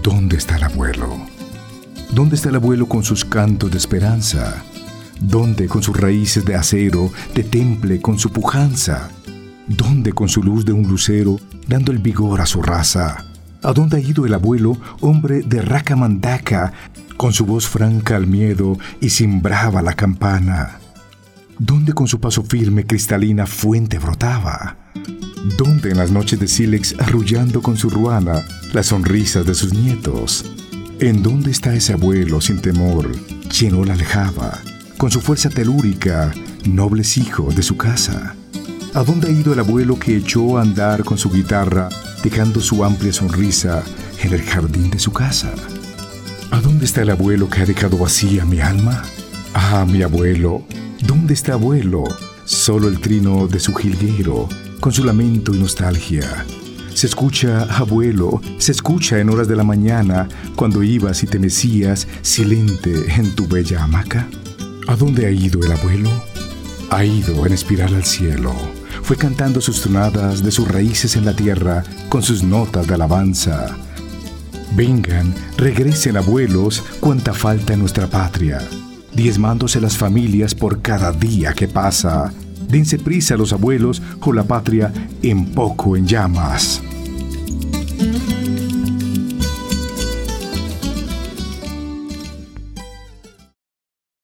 ¿Dónde está el abuelo? ¿Dónde está el abuelo con sus cantos de esperanza? ¿Dónde con sus raíces de acero, de temple con su pujanza? ¿Dónde con su luz de un lucero, dando el vigor a su raza? ¿A dónde ha ido el abuelo, hombre de raca mandaca, con su voz franca al miedo y cimbraba la campana? ¿Dónde con su paso firme cristalina fuente brotaba? ¿Dónde en las noches de sílex arrullando con su ruana las sonrisas de sus nietos? ¿En dónde está ese abuelo sin temor, quien no la alejaba, con su fuerza telúrica, nobles hijos de su casa? ¿A dónde ha ido el abuelo que echó a andar con su guitarra, dejando su amplia sonrisa en el jardín de su casa? ¿A dónde está el abuelo que ha dejado vacía mi alma? Ah, mi abuelo, ¿dónde está abuelo? Solo el trino de su jilguero, con su lamento y nostalgia. Se escucha, abuelo, se escucha en horas de la mañana, cuando ibas y te mecías silente en tu bella hamaca. ¿A dónde ha ido el abuelo? Ha ido en espiral al cielo. Fue cantando sus tonadas de sus raíces en la tierra, con sus notas de alabanza. Vengan, regresen abuelos, cuánta falta en nuestra patria, diezmándose las familias por cada día que pasa. Dense prisa los abuelos, o la patria en poco en llamas.